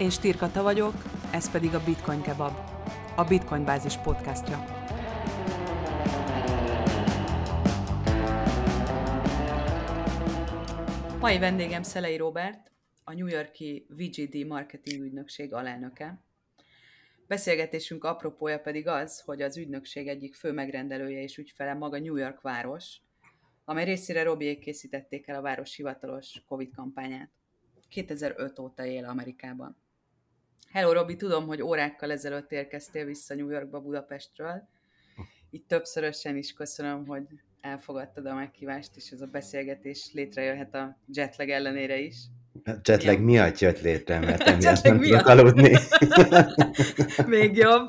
Én Stír Kata vagyok, ez pedig a Bitcoin Kebab, a Bitcoin Bázis podcastja. Mai vendégem Szelei Róbert, a New York-i VGD marketing ügynökség alelnöke. Beszélgetésünk apropója pedig az, hogy az ügynökség egyik fő megrendelője és ügyfele maga New York város, amely részére Robiék készítették el a város hivatalos Covid kampányát. 2005 óta él Amerikában. Hello Robi, tudom, hogy órákkal ezelőtt érkeztél vissza New Yorkba Budapestről. Így többszörösen is köszönöm, hogy elfogadtad a meghívást, és ez a beszélgetés létrejöhet a jetlag ellenére is. A jetlag miatt jött létre, mert emiatt nem tudok aludni. Még jobb.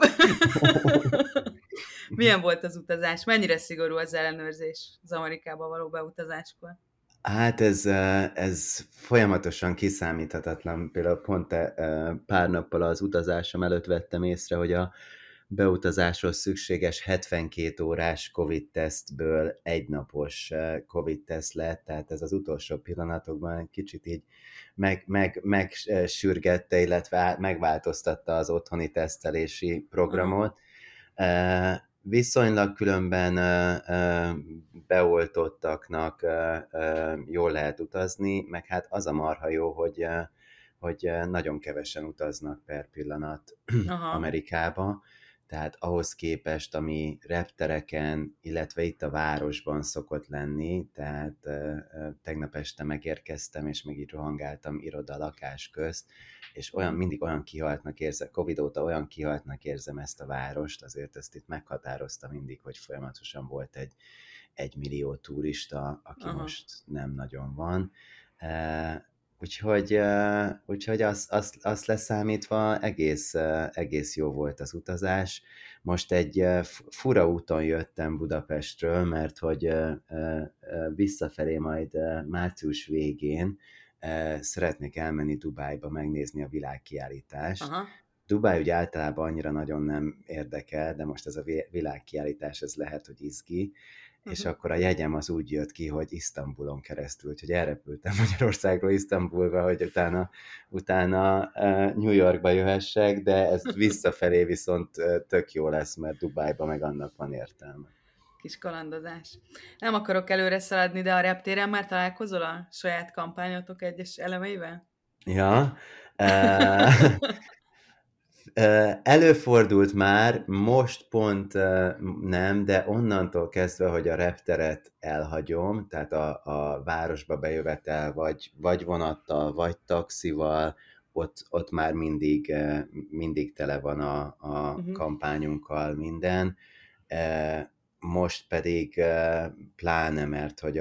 Milyen volt az utazás? Mennyire szigorú az ellenőrzés az Amerikába való beutazáskor? Hát ez folyamatosan kiszámíthatatlan. Például pont pár nappal az utazásom előtt vettem észre, hogy a beutazáshoz szükséges 72 órás Covid-tesztből egynapos Covid-teszt lett, tehát ez az utolsó pillanatokban egy kicsit így megsürgette, illetve megváltoztatta az otthoni tesztelési programot. Viszonylag különben beoltottaknak jól lehet utazni, meg hát az a marha jó, hogy nagyon kevesen utaznak per pillanat Amerikába, tehát ahhoz képest, ami reptereken, illetve itt a városban szokott lenni, tehát tegnap este megérkeztem, és meg így rohangáltam iroda-lakás közt, és mindig olyan kihaltnak érzem, Covid óta olyan kihaltnak érzem ezt a várost, azért ezt itt meghatározta mindig, hogy folyamatosan volt egy millió turista, aki most nem nagyon van. Úgyhogy azt leszámítva egész jó volt az utazás. Most egy fura úton jöttem Budapestről, mert hogy visszafelé majd március végén szeretnék elmenni Dubájba megnézni a világkiállítást. Dubáj ugye általában annyira nagyon nem érdekel, de most ez a világkiállítás, ez lehet, hogy izgi. És akkor a jegyem az úgy jött ki, hogy Isztambulon keresztül, úgyhogy elrepültem Magyarországról Isztambulba, hogy utána New Yorkba jöhessek, de ez visszafelé viszont tök jó lesz, mert Dubájba meg annak van értelme. Kis kalandozás. Nem akarok előre szaladni, de a reptéren már találkozol a saját kampányotok egyes elemeivel? Ja, előfordult már, most pont nem, de onnantól kezdve, hogy a repteret elhagyom, tehát a városba bejövetel, vagy vonattal, vagy taxival, ott már mindig tele van a kampányunkkal minden. Most pedig pláne, mert hogy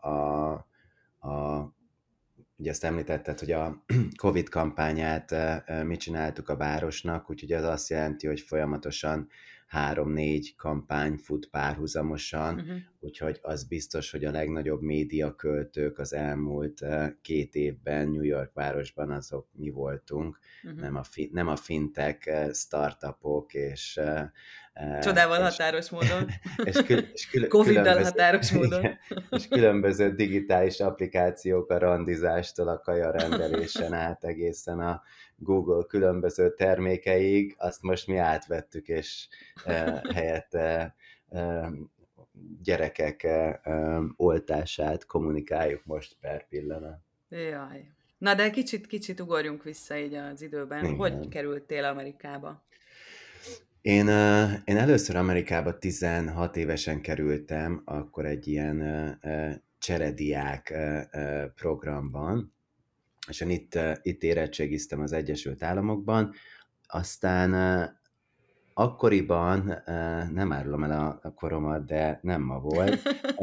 ugye azt említetted, hogy a Covid kampányát mi csináltuk a városnak, úgyhogy az azt jelenti, hogy folyamatosan 3-4 kampány fut párhuzamosan, úgyhogy az biztos, hogy a legnagyobb médiaköltők az elmúlt 2 évben New York városban azok mi voltunk, nem a fintech startupok, és csodával határos módon. Covid-dal határos módon. És különböző digitális applikációk a randizástól a kajarendelésen át egészen a Google különböző termékeig, azt most mi átvettük, és helyette gyerekek oltását kommunikáljuk most per pillanat. Jaj. Na de kicsit ugorjunk vissza így az időben. Igen. Hogy kerültél Amerikába? Én először Amerikába 16 évesen kerültem, akkor egy ilyen cserediák programban, és én itt érettségiztem az Egyesült Államokban, aztán akkoriban, nem árulom el a koromat, de nem ma volt,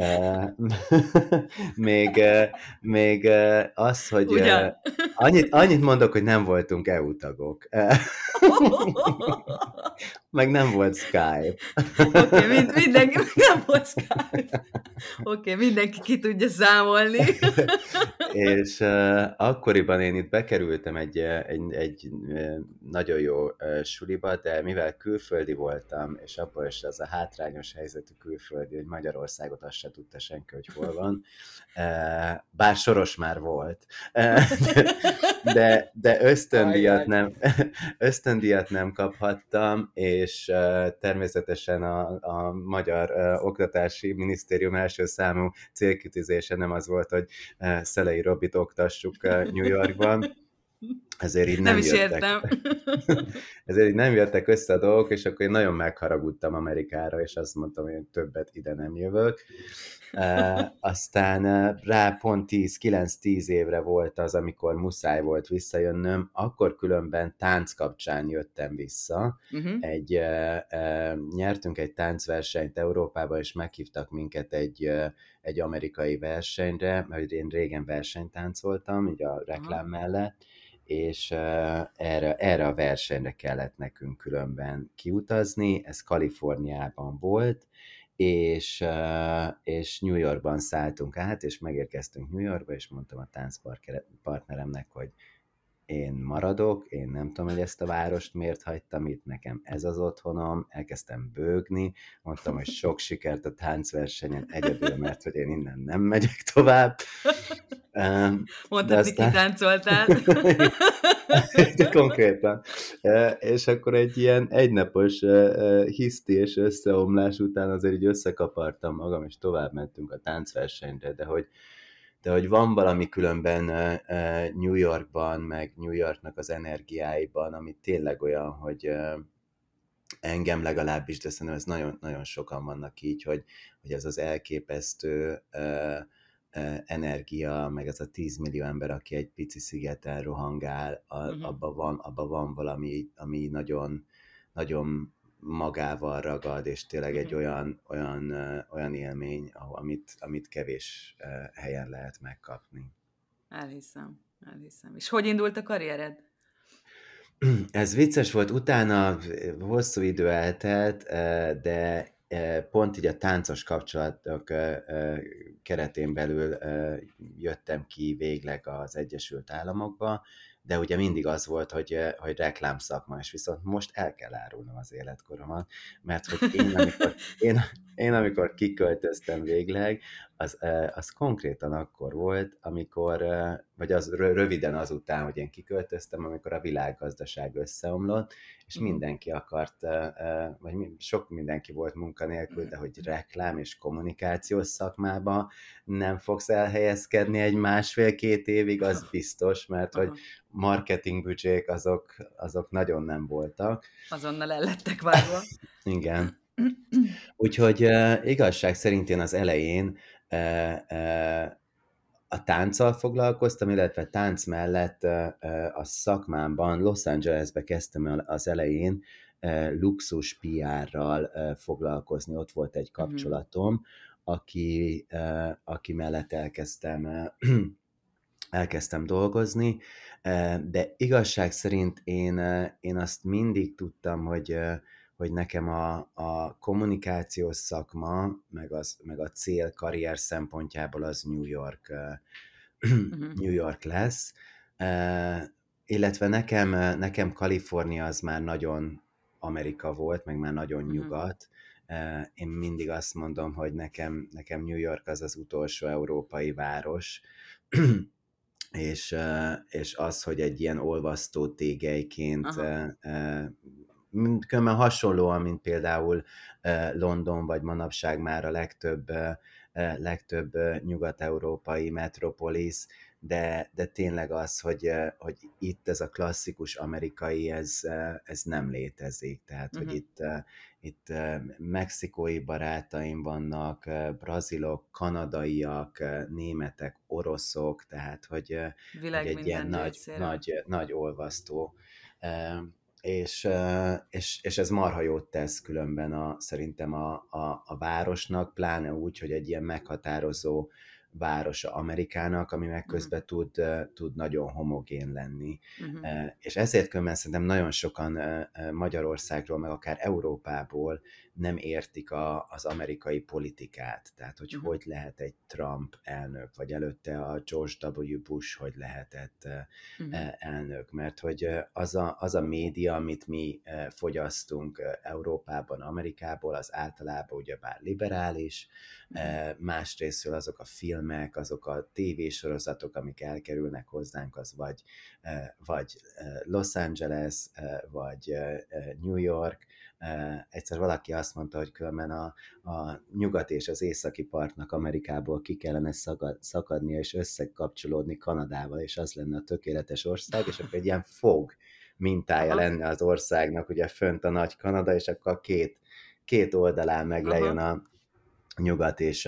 még az, hogy annyit mondok, hogy nem voltunk EU tagok. meg nem volt Skype. Oké, mindenki, nem volt Skype. Oké, mindenki ki tudja számolni. És akkoriban én itt bekerültem egy nagyon jó suliba, de mivel külföldi voltam, és abból is az a hátrányos helyzetű külföldi, hogy Magyarországot azt se tudta senki, hogy hol van, bár Soros már volt, de ösztöndíjat nem kaphattam, és természetesen a Magyar Oktatási Minisztérium első számú célkitűzése nem az volt, hogy Szelei Robit oktassuk New Yorkban, ezért így Nem is értem. ezért így nem jöttek össze a dolgok, és akkor én nagyon megharagudtam Amerikára, és azt mondtam, hogy én többet ide nem jövök. Aztán rá pont 9-10 évre volt az, amikor muszáj volt visszajönnöm, akkor különben tánc kapcsán jöttem vissza. Nyertünk egy táncversenyt Európában, és meghívtak minket egy amerikai versenyre, mert én régen versenytáncoltam, így a reklám mellett, és erre a versenyre kellett nekünk különben kiutazni, ez Kaliforniában volt, és New Yorkban szálltunk át, és megérkeztünk New Yorkba, és mondtam a táncpartneremnek, hogy én maradok, én nem tudom, hogy ezt a várost miért hagytam itt, nekem ez az otthonom, elkezdtem bőgni, mondtam, hogy sok sikert a táncversenyen egyedül, mert hogy én innen nem megyek tovább. Mondtad, hogy kitáncoltál. De konkrétan. És akkor egy ilyen egynapos hiszti és összeomlás után azért így összekapartam magam, és tovább mentünk a táncversenyre, de hogy van valami különben New Yorkban, meg New Yorknak az energiáiban, ami tényleg olyan, hogy engem legalábbis, de szerintem ez nagyon, nagyon sokan vannak így, hogy ez az elképesztő energia, meg ez a 10 millió ember, aki egy pici szigeten rohangál, abban van valami, ami nagyon, nagyon magával ragad, és tényleg egy olyan élmény, amit kevés helyen lehet megkapni. Elhiszem. És hogy indult a karriered? Ez vicces volt, utána hosszú idő eltelt, de pont így a táncos kapcsolatok keretén belül jöttem ki végleg az Egyesült Államokba, de ugye mindig az volt, hogy reklámszakma, és viszont most el kell árulnom az életkoromat, mert hogy én amikor kiköltöztem végleg, az konkrétan akkor volt, amikor, vagy az röviden azután, hogy én kiköltöztem, amikor a világgazdaság összeomlott, és mindenki akart, vagy sok mindenki volt munkanélkül, de hogy reklám és kommunikációs szakmába nem fogsz elhelyezkedni egy 1,5-2 évig, az biztos, mert hogy marketingbüdzsék azok nagyon nem voltak. Azonnal el lettek vágva. Igen. Úgyhogy igazság szerint én az elején a tánccal foglalkoztam, illetve tánc mellett a szakmámban Los Angelesbe kezdtem az elején luxus PR-ral foglalkozni. Ott volt egy kapcsolatom, aki mellett elkezdtem dolgozni, de igazság szerint én azt mindig tudtam, hogy nekem a kommunikációs szakma, meg a cél karrier szempontjából az New York lesz, illetve nekem Kalifornia az már nagyon Amerika volt, meg már nagyon nyugat. Én mindig azt mondom, hogy nekem New York az utolsó európai város, és az, hogy egy ilyen olvasztó tégelyként különben hasonlóan, mint például London, vagy manapság már a legtöbb nyugat-európai metropolis, de tényleg az, hogy itt ez a klasszikus amerikai, ez nem létezik. Tehát, hogy itt mexikói barátaim vannak, brazilok, kanadaiak, németek, oroszok, tehát, hogy egy ilyen nagy olvasztó. És ez marha jót tesz különben szerintem a városnak, pláne úgy, hogy egy ilyen meghatározó városa Amerikának, ami meg Mhm. közben tud nagyon homogén lenni. Mhm. És ezért különben szerintem nagyon sokan Magyarországról, meg akár Európából nem értik az amerikai politikát. Tehát, hogy Mhm. hogy lehet egy Trump elnök, vagy előtte a George W. Bush hogy lehetett Mhm. elnök. Mert hogy az a média, amit mi fogyasztunk Európában, Amerikából, az általában ugyebár liberális, Mhm. másrésztről azok a filmek, azok a tévésorozatok, amik elkerülnek hozzánk, az vagy Los Angeles, vagy New York. Egyszer valaki azt mondta, hogy különben a nyugat és az északi partnak Amerikából ki kellene szakadnia és összekapcsolódni Kanadával, és az lenne a tökéletes ország, és akkor egy ilyen fog mintája Aha. lenne az országnak, ugye fönt a nagy Kanada, és akkor két oldalán meg lejön Aha. a nyugat és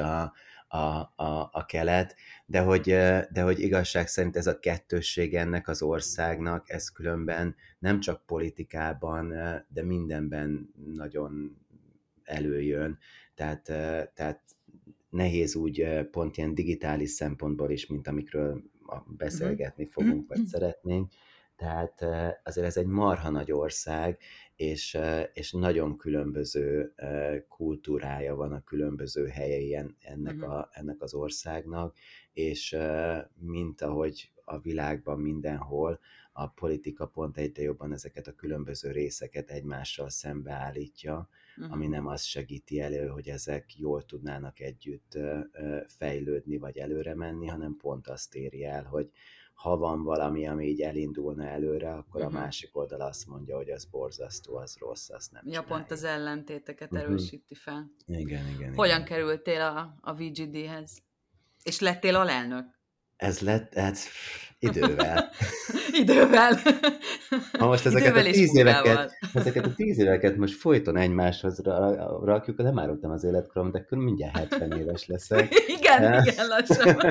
a kelet, de hogy igazság szerint ez a kettősség ennek az országnak, ez különben nem csak politikában, de mindenben nagyon előjön. Tehát nehéz úgy pont ilyen digitális szempontból is, mint amikről Mhm. beszélgetni fogunk, vagy szeretnénk. Tehát azért ez egy marha nagy ország, és nagyon különböző kultúrája van a különböző helyei Mhm. ennek az országnak, és mint ahogy a világban mindenhol, a politika pont egyre jobban ezeket a különböző részeket egymással szembeállítja, ami Mhm. nem azt segíti elő, hogy ezek jól tudnának együtt fejlődni vagy előre menni, hanem pont azt éri el, hogy ha van valami, ami így elindulna előre, akkor a Mhm. másik oldal azt mondja, hogy az borzasztó, az rossz, azt nem Ja, pont az csináljuk. ellentéteket Uh-huh. erősíti fel. Igen, igen, Hogyan igen. kerültél a VGD-hez? És lettél alelnök? Ez lett, idővel. Idővel. Ha most Idővel és munkával. ezeket a 10 éveket most folyton egymáshoz rakjuk, nem árultam az életkorom, de akkor mindjárt 70 éves leszek. Igen, igen, lassan.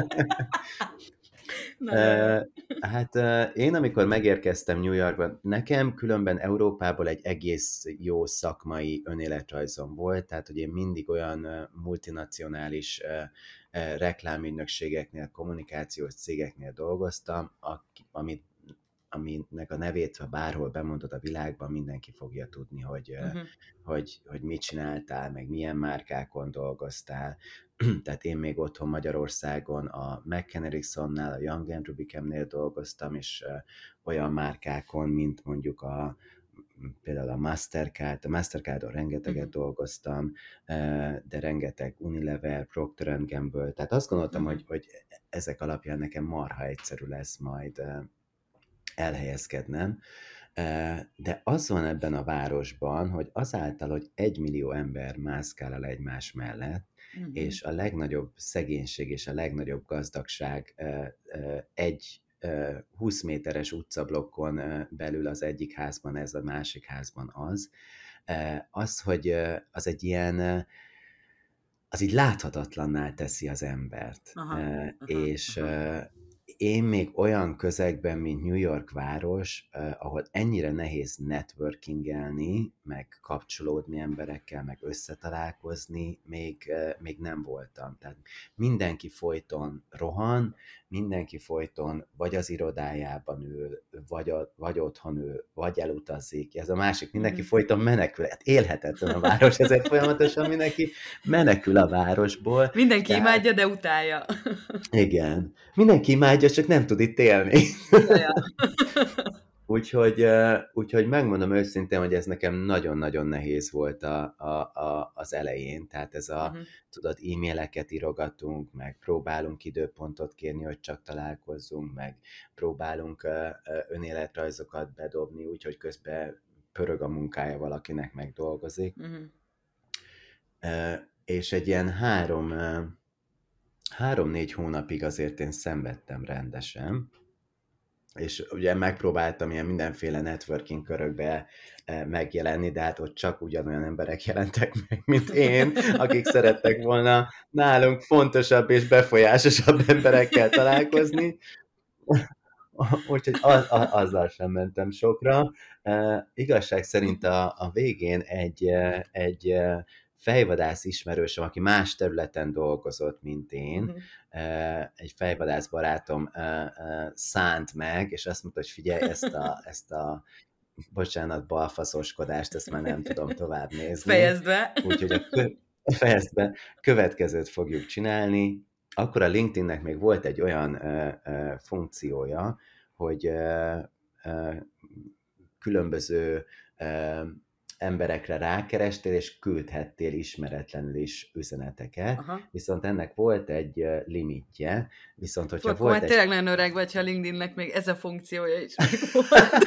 Nagyon jó. Hát én, amikor megérkeztem New Yorkba, nekem különben Európából egy egész jó szakmai önéletrajzom volt, tehát hogy én mindig olyan multinacionális reklámügynökségeknél, kommunikációs cégeknél dolgoztam, aminek a nevét, ha bárhol bemondod a világban, mindenki fogja tudni, Uh-huh. hogy mit csináltál, meg milyen márkákon dolgoztál. Tehát én még otthon Magyarországon a McCann Ericssonnál, a Young Rubicamnél dolgoztam, és olyan márkákon, mint mondjuk például a Mastercardon rengeteget Uh-huh. dolgoztam, de rengeteg Unilever, Procter & Gamble, tehát azt gondoltam, Uh-huh. hogy ezek alapján nekem marha egyszerű lesz majd elhelyezkednem, de az van ebben a városban, hogy azáltal, hogy 1 millió ember mászkál el egymás mellett, Uh-huh. és a legnagyobb szegénység és a legnagyobb gazdagság egy 20 méteres utcablokkon belül az egyik házban ez, a másik házban az, hogy az egy ilyen, az így láthatatlanná teszi az embert. Aha. Aha. És Aha. én még olyan közegben, mint New York város, ahol ennyire nehéz networkingelni, meg kapcsolódni emberekkel, meg összetalálkozni, még nem voltam. Tehát mindenki folyton rohan, mindenki folyton vagy az irodájában ül, vagy otthon ül, vagy elutazik. Ez a másik, mindenki Uh-huh. folyton menekül. Hát élhetetlen a város, ezért folyamatosan mindenki menekül a városból. Mindenki Tehát imádja, de utálja. igen. Mindenki imádja, csak nem tud itt élni. Ja, ja. Úgyhogy megmondom őszintén, hogy ez nekem nagyon-nagyon nehéz volt az elején. Tehát Uh-huh. tudod, e-maileket írogatunk, meg próbálunk időpontot kérni, hogy csak találkozzunk, meg próbálunk önéletrajzokat bedobni, úgyhogy közben pörög a munkája valakinek, meg dolgozik. Uh-huh. És egy ilyen 3-4 hónapig azért én szenvedtem rendesen, és ugye megpróbáltam ilyen mindenféle networking körökbe megjelenni, de hát ott csak ugyanolyan emberek jelentek meg, mint én, akik szerettek volna nálunk fontosabb és befolyásosabb emberekkel találkozni, úgyhogy azzal sem mentem sokra. Igazság szerint a végén egy fejvadász ismerősöm, aki más területen dolgozott, mint én, Uh-huh. egy fejvadász barátom szánt meg, és azt mondta, hogy figyelj, ezt a bocsánat, balfaszoskodást, ezt már nem tudom tovább nézni, Fejezd be! úgyhogy fejezd be, következőt fogjuk csinálni. Akkor a LinkedInnek még volt egy olyan funkciója, hogy különböző emberekre rákerestél, és küldhettél ismeretlenül is üzeneteket, Aha. viszont ennek volt egy limitje, viszont hogyha Akkor már volt tényleg nagyon öreg vagy, ha LinkedInnek még ez a funkciója is megvolt.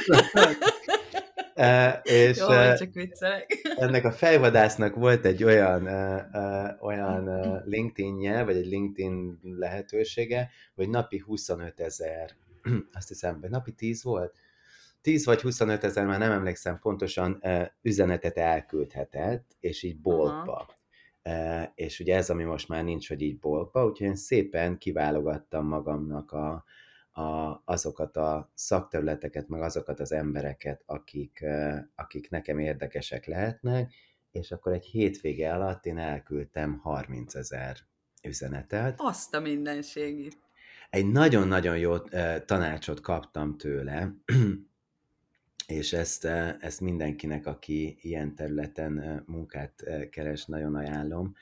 és Jó, vagy csak viccelek. ennek a fejvadásznak volt egy olyan LinkedInje, vagy egy LinkedIn lehetősége, hogy napi 25 000, azt hiszem, vagy napi 10 volt, 10 vagy 25 000, már nem emlékszem pontosan, üzenetet elküldhetett, és így boltba. És ugye ez, ami most már nincs, hogy így boltba, úgyhogy én szépen kiválogattam magamnak azokat a szakterületeket, meg azokat az embereket, akik nekem érdekesek lehetnek, és akkor egy hétvége alatt én elküldtem 30 000 üzenetet. Azt a mindenségit. Egy nagyon-nagyon jó tanácsot kaptam tőle, és ezt mindenkinek, aki ilyen területen munkát keres, nagyon ajánlom.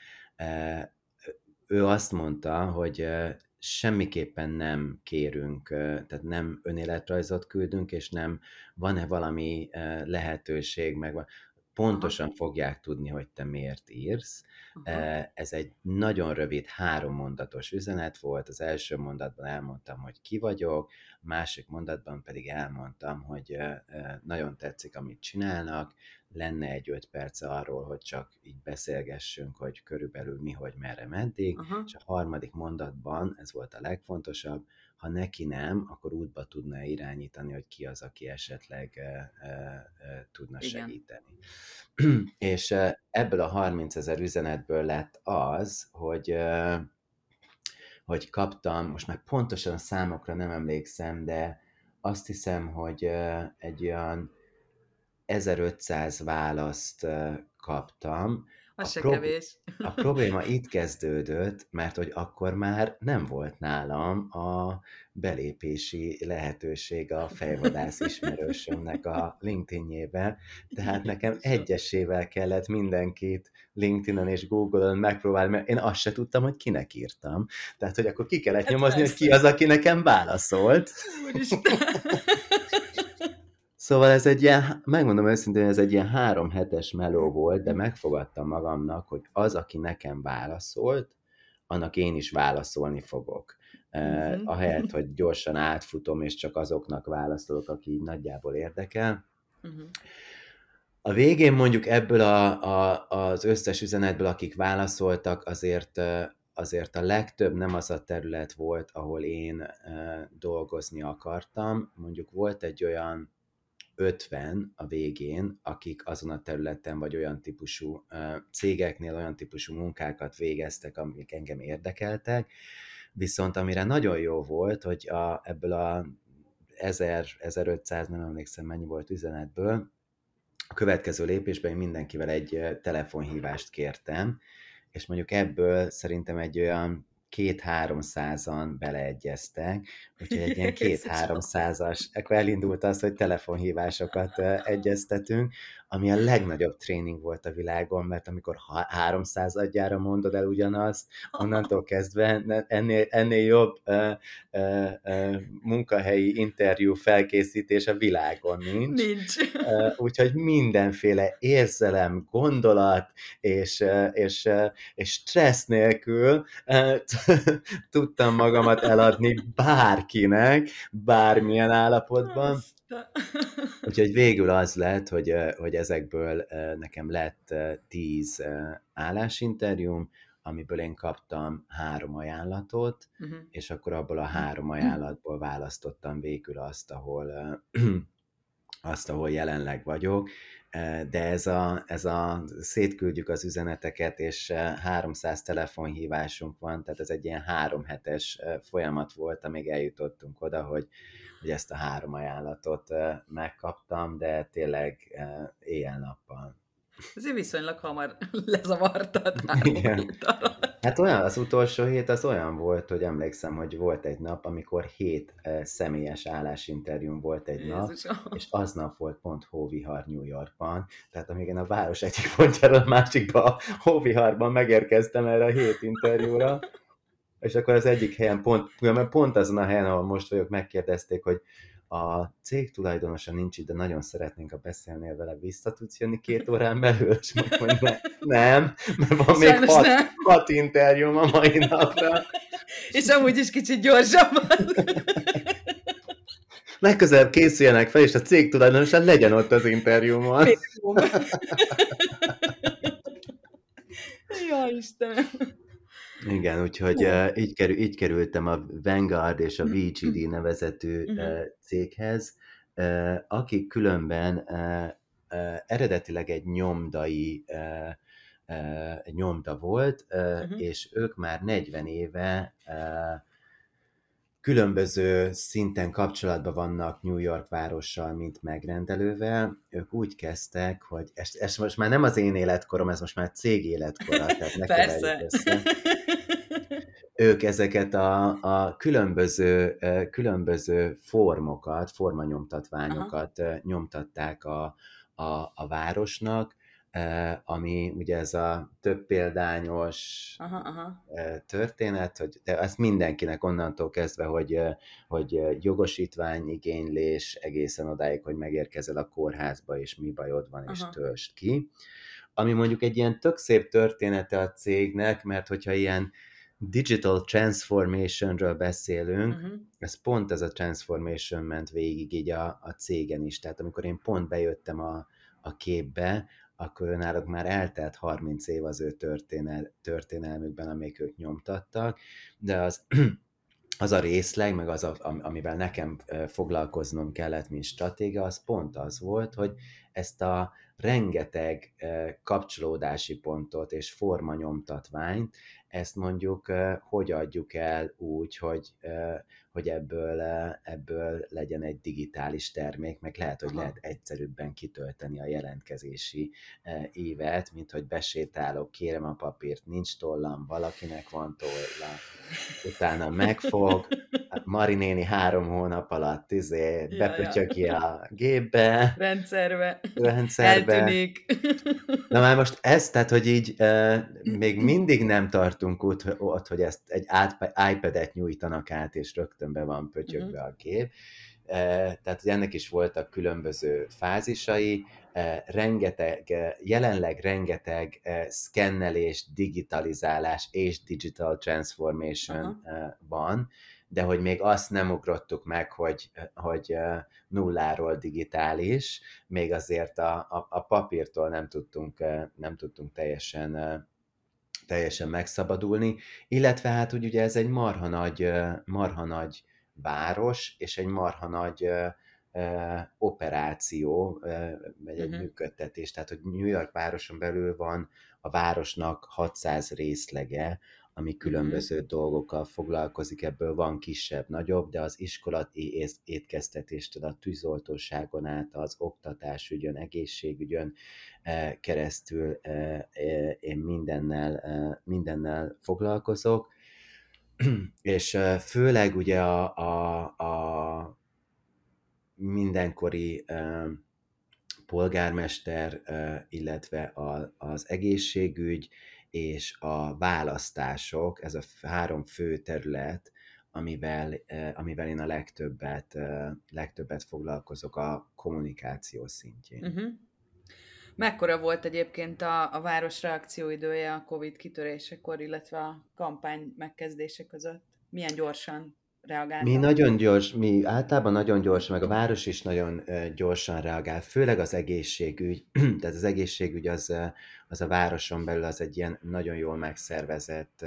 Ő azt mondta, hogy semmiképpen nem kérünk, tehát nem önéletrajzot küldünk, és nem van-e valami lehetőség, meg pontosan fogják tudni, hogy te miért írsz. Aha. Ez egy nagyon rövid 3 mondatos üzenet volt. Az első mondatban elmondtam, hogy ki vagyok, a másik mondatban pedig elmondtam, hogy nagyon tetszik, amit csinálnak, lenne egy 5 perce arról, hogy csak így beszélgessünk, hogy körülbelül mi, hogy merre, meddig, Aha. és a harmadik mondatban, ez volt a legfontosabb, ha neki nem, akkor útba tudna irányítani, hogy ki az, aki esetleg tudna Igen. segíteni. És ebből a 30 000 üzenetből lett az, hogy kaptam, most már pontosan a számokra nem emlékszem, de azt hiszem, hogy egy olyan 1500 választ kaptam. Az se kevés. A probléma itt kezdődött, mert hogy akkor már nem volt nálam a belépési lehetőség a fejvadász ismerősömnek a LinkedIn-jébe, tehát nekem egyesével kellett mindenkit LinkedIn-on és Google-on megpróbálni, mert én azt se tudtam, hogy kinek írtam. Tehát, hogy akkor ki kellett nyomozni, hogy ki az, aki nekem válaszolt. Szóval ez egy ilyen, megmondom őszintén, ez egy ilyen 3 hetes meló volt, de megfogadtam magamnak, hogy az, aki nekem válaszolt, annak én is válaszolni fogok. Ahelyett, hogy gyorsan átfutom, és csak azoknak válaszolok, aki így nagyjából érdekel. A végén mondjuk ebből az összes üzenetből, akik válaszoltak, azért a legtöbb nem az a terület volt, ahol én dolgozni akartam. Mondjuk volt egy olyan 50 a végén, akik azon a területen vagy olyan típusú cégeknél olyan típusú munkákat végeztek, amik engem érdekeltek, viszont amire nagyon jó volt, hogy ebből a 1500, nem emlékszem mennyi volt üzenetből, a következő lépésben én mindenkivel egy telefonhívást kértem, és mondjuk ebből szerintem egy olyan 200-300-an beleegyeztek, úgyhogy egy ilyen 200-300-as, akkor elindult az, hogy telefonhívásokat egyeztetünk, ami a legnagyobb tréning volt a világon, mert amikor 300-adjára mondod el ugyanazt, onnantól kezdve ennél jobb munkahelyi interjú felkészítés a világon nincs. Úgyhogy mindenféle érzelem, gondolat és stressz nélkül tudtam magamat eladni bárkinek, bármilyen állapotban. Úgyhogy végül az lett, hogy ezekből nekem lett 10 állásinterjúm, amiből én kaptam 3 ajánlatot, és akkor abból a 3 ajánlatból választottam végül azt, ahol jelenleg vagyok, de ez a szétküldjük az üzeneteket, és 300 telefonhívásunk van, tehát ez egy ilyen 3 hetes folyamat volt, amíg eljutottunk oda, hogy ezt a 3 ajánlatot megkaptam, de tényleg éjjel-nappal. Azért viszonylag hamar lezavartad 3 Igen. hét alatt. Hát olyan, az utolsó hét az olyan volt, hogy emlékszem, hogy volt egy nap, amikor 7 személyes állásinterjúm volt egy nap, Jézusom. és aznap volt pont hóvihar New Yorkban, tehát amíg én a város egyik pontjáról a másikba a hóviharban megérkeztem erre a 7 interjúra, és akkor az egyik helyen pont azon a helyen, ahol most vagyok, megkérdezték, hogy a cég tulajdonosa nincs itt, de nagyon szeretnénk, ha beszélnél vele, vissza tudsz jönni 2 órán belül? És mondtam, hogy nem, mert van még Sajnos nem. 6 interjúm a mai napra. És amúgy is kicsit gyorsabban. Legközelebb készüljenek fel, és a cég tulajdonosa legyen ott az interjúmon. Jaj, Istenem. Igen, úgyhogy így kerültem a Vanguard és a VGD nevezetű céghez, akik különben eredetileg egy nyomda volt, és ők már 40 éve különböző szinten kapcsolatban vannak New York várossal, mint megrendelővel. Ők úgy kezdtek, hogy ez most már nem az én életkorom, ez most már cég életkora, tehát ne keverjük össze. Ők ezeket a különböző formokat, formanyomtatványokat nyomtatták a városnak, ami ugye ez a több példányos történet, de ezt mindenkinek onnantól kezdve, hogy jogosítványigénylés egészen odáig, hogy megérkezel a kórházba, és mi bajod van, és töltsd ki. Ami mondjuk egy ilyen tök szép története a cégnek, mert hogyha ilyen digital transformationről beszélünk, ez pont ez a transformation ment végig így a cégen is. Tehát amikor én pont bejöttem a képbe, akkor náluk már eltelt 30 év az ő történelmükben, amelyik ők nyomtattak, de az a részleg, meg az, amivel nekem foglalkoznom kellett, mint stratégia, az pont az volt, hogy ezt a rengeteg kapcsolódási pontot és formanyomtatványt, ezt mondjuk hogy adjuk el úgy, hogy ebből legyen egy digitális termék, meg lehet, hogy lehet egyszerűbben kitölteni a jelentkezési évet, mint hogy besétálok, kérem a papírt, nincs tollam, valakinek van tolla, utána megfog, Mari néni 3 hónap alatt bepötyögi a gépbe, rendszerbe. Eltűnik. Na már most ez, tehát, hogy így még mindig nem tartunk ott, hogy ezt egy iPad-et nyújtanak át, és rögtön be van pötyögve a gép. Tehát, hogy ennek is voltak különböző fázisai, jelenleg rengeteg szkennelés, digitalizálás és digital transformation van, de hogy még azt nem ugrottuk meg, hogy nulláról digitális, még azért a papírtól nem tudtunk teljesen megszabadulni, illetve hát úgy ugye ez egy marha nagy város, és egy marha nagy operáció, vagy egy működtetés, tehát hogy New York városon belül van a városnak 600 részlege, ami különböző dolgokkal foglalkozik, ebből van kisebb, nagyobb, de az iskolati étkeztetéstől a tűzoltóságon át, az oktatásügyön, egészségügyön keresztül én mindennel foglalkozok, és főleg ugye a mindenkori polgármester, illetve az egészségügy és a választások, ez a 3 fő terület, amivel én a legtöbbet foglalkozok a kommunikáció szintjén. Mekkora volt egyébként a város reakcióidője a Covid kitörésekor, illetve a kampány megkezdése között? Milyen gyorsan reagáltak? Mi általában nagyon gyorsan, meg a város is nagyon gyorsan reagál, főleg az egészségügy, tehát az egészségügy az a városon belül az egy ilyen nagyon jól megszervezett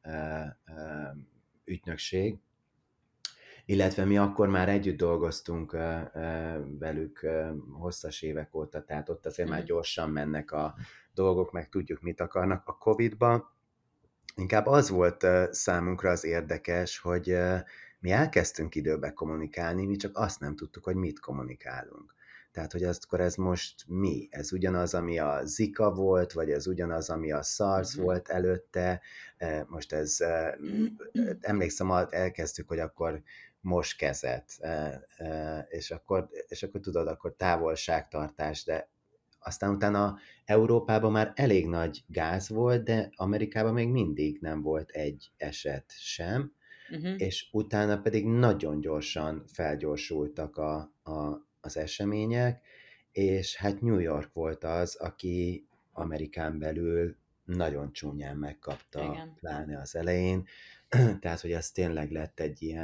ügynökség, illetve mi akkor már együtt dolgoztunk velük hosszas évek óta, tehát ott azért már gyorsan mennek a dolgok, meg tudjuk, mit akarnak a Covid-ban. Inkább az volt számunkra az érdekes, hogy mi elkezdtünk időbe kommunikálni, mi csak azt nem tudtuk, hogy mit kommunikálunk. Tehát, hogy akkor ez most mi? Ez ugyanaz, ami a Zika volt, vagy ez ugyanaz, ami a SARS Uh-huh. volt előtte? Most ez, emlékszem, elkezdtük, hogy akkor most kezet, és akkor tudod, akkor távolságtartás, de aztán utána Európában már elég nagy gáz volt, de Amerikában még mindig nem volt egy eset sem, Uh-huh. és utána pedig nagyon gyorsan felgyorsultak az események, és hát New York volt az, aki Amerikán belül nagyon csúnyán megkapta, Igen. pláne az elején, tehát, hogy ez tényleg lett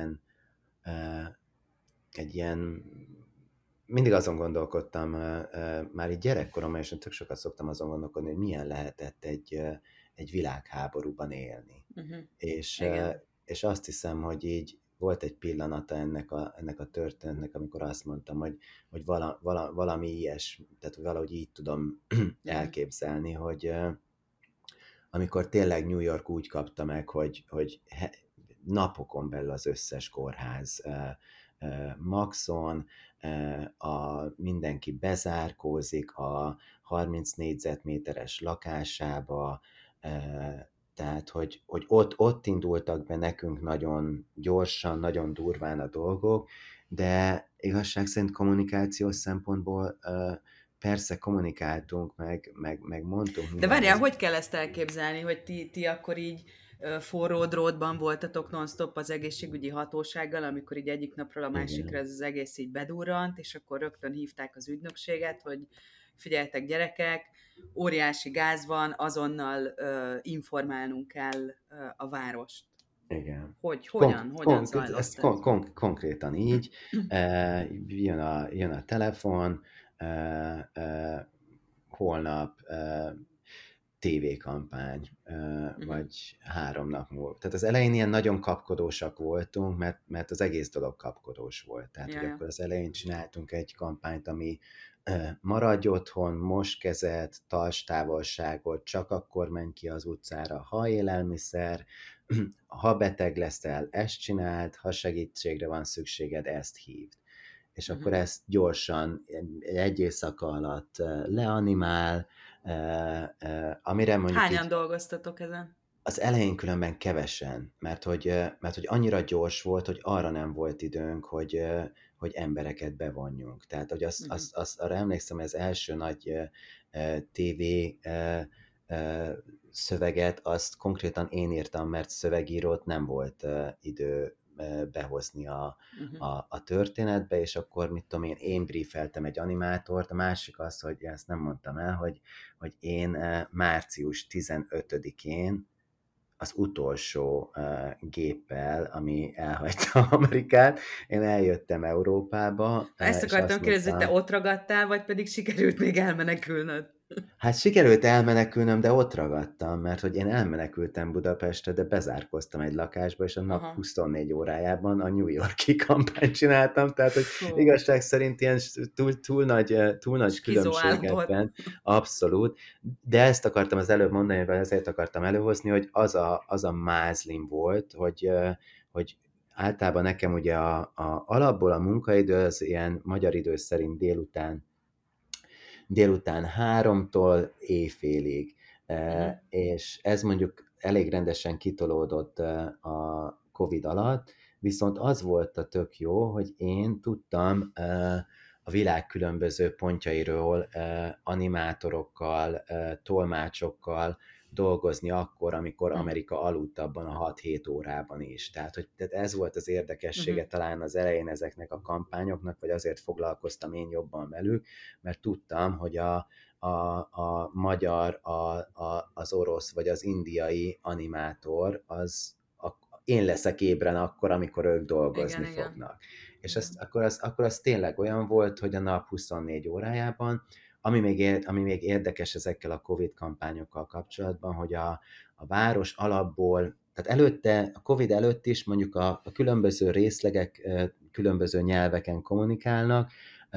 egy ilyen mindig azon gondolkodtam, már így gyerekkoromban, és tök sokat szoktam azon gondolkodni, hogy milyen lehetett egy világháborúban élni. Uh-huh. És, Igen. és azt hiszem, hogy így volt egy pillanata ennek a történetnek, amikor azt mondtam, hogy valami ilyes, tehát valahogy így tudom Uh-huh. elképzelni, hogy amikor tényleg New York úgy kapta meg, hogy napokon belül az összes kórház maxon, mindenki bezárkózik a 30 négyzetméteres lakásába, tehát, hogy ott indultak be nekünk nagyon gyorsan, nagyon durván a dolgok, de igazság szerint kommunikációs szempontból persze kommunikáltunk, meg mondtunk De várjál, mindenhez. hogy kell ezt elképzelni, hogy ti akkor így forró drótban voltatok non-stop az egészségügyi hatósággal, amikor így egyik napról a másikra Igen. ez az egész így bedurrant, és akkor rögtön hívták az ügynökséget, hogy figyeljetek gyerekek, óriási gáz van, azonnal informálnunk kell a várost. Igen. Hogyan Ez zajlott ez? konkrétan így, jön a telefon, holnap tévékampány, vagy 3 nap múlva. Tehát az elején ilyen nagyon kapkodósak voltunk, mert az egész dolog kapkodós volt. Tehát, hogy Ja. akkor az elején csináltunk egy kampányt, ami maradj otthon, most kezed, tarts távolságot, csak akkor menj ki az utcára, ha élelmiszer, ha beteg leszel, ezt csináld, ha segítségre van szükséged, ezt hívd. És akkor Uh-huh. ezt gyorsan egy éjszaka alatt leanimál, amire mondjuk Hányan így dolgoztatok ezen? az elején különben kevesen, mert hogy annyira gyors volt, hogy arra nem volt időnk, hogy embereket bevonjunk. Tehát, hogy Uh-huh. arra emlékszem, hogy az első nagy TV szöveget, azt konkrétan én írtam, mert szövegírót nem volt idő behozni Uh-huh. a történetbe, és akkor, mit tudom én briefeltem egy animátort, a másik az, hogy ezt nem mondtam el, hogy én március 15-én az utolsó géppel, ami elhagyta Amerikát, én eljöttem Európába, Ezt és azt akartam kérdezni, hogy te mondtam, ott ragadtál, vagy pedig sikerült még elmenekülnöd? hát sikerült elmenekülnöm, de ott ragadtam, mert hogy én elmenekültem Budapestre, de bezárkoztam egy lakásba, és a nap Aha. 24 órájában a New York-i kampányt csináltam, tehát hogy Fú, igazság szerint ilyen túl nagy skizó állapot. különbségekben, abszolút, de ezt akartam az előbb mondani, vagy ezért akartam előhozni, hogy az a mázlim volt, hogy általában nekem ugye alapból a munkaidő az ilyen magyar idő szerint délután 3-tól éjfélig, Uh-huh. és ez mondjuk elég rendesen kitolódott a Covid alatt, viszont az volt a tök jó, hogy én tudtam a világ különböző pontjairól animátorokkal, tolmácsokkal dolgozni akkor, amikor Uh-huh. Amerika aludt abban a 6-7 órában is. Tehát ez volt az érdekessége Uh-huh. talán az elején ezeknek a kampányoknak, vagy azért foglalkoztam én jobban velük, mert tudtam, hogy a magyar, az orosz vagy az indiai animátor, én leszek ébren akkor, amikor ők dolgozni Igen. fognak. És Igen. akkor az tényleg olyan volt, hogy a nap 24 órájában, ami még érdekes ezekkel a Covid kampányokkal kapcsolatban, hogy a város alapból, tehát előtte, a Covid előtt is mondjuk a különböző részlegek különböző nyelveken kommunikálnak,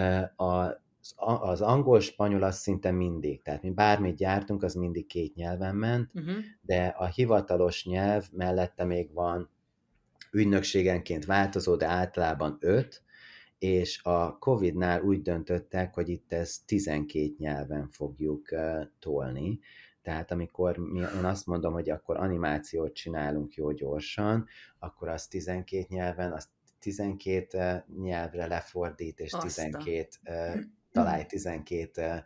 az angol, spanyol az szinte mindig, tehát mi bármit gyártunk, az mindig 2 nyelven ment, Uh-huh. de a hivatalos nyelv mellette még van ügynökségenként változó, de általában 5, és a Covid-nál úgy döntöttek, hogy itt ezt 12 nyelven fogjuk tolni. Tehát amikor én azt mondom, hogy akkor animációt csinálunk jó gyorsan, akkor az 12 nyelven, azt 12 nyelvre lefordít, és Azt a... 12 találj 12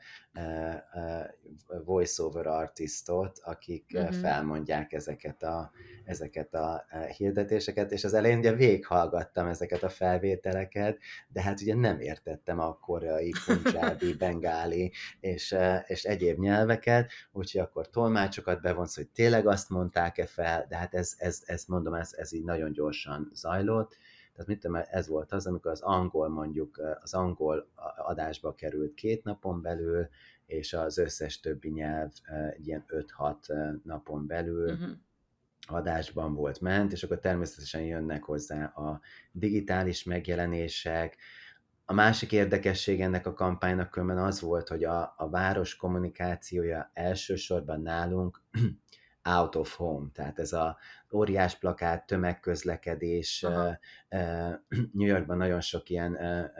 voice-over artistot, akik felmondják ezeket a hirdetéseket, és az elején ugye végighallgattam ezeket a felvételeket, de hát ugye nem értettem a koreai, punjábi, bengáli és egyéb nyelveket, úgyhogy akkor tolmácsokat bevonsz, hogy tényleg azt mondták-e fel, de hát ez mondom, ez így nagyon gyorsan zajlott. Tehát mit tudom, ez volt az, amikor az angol adásba került 2 napon belül, és az összes többi nyelv egy ilyen 5-6 napon belül adásban volt ment, és akkor természetesen jönnek hozzá a digitális megjelenések. A másik érdekesség ennek a kampánynak különben az volt, hogy a város kommunikációja elsősorban nálunk out of home, tehát ez a óriás plakát, tömegközlekedés, New Yorkban nagyon sok ilyen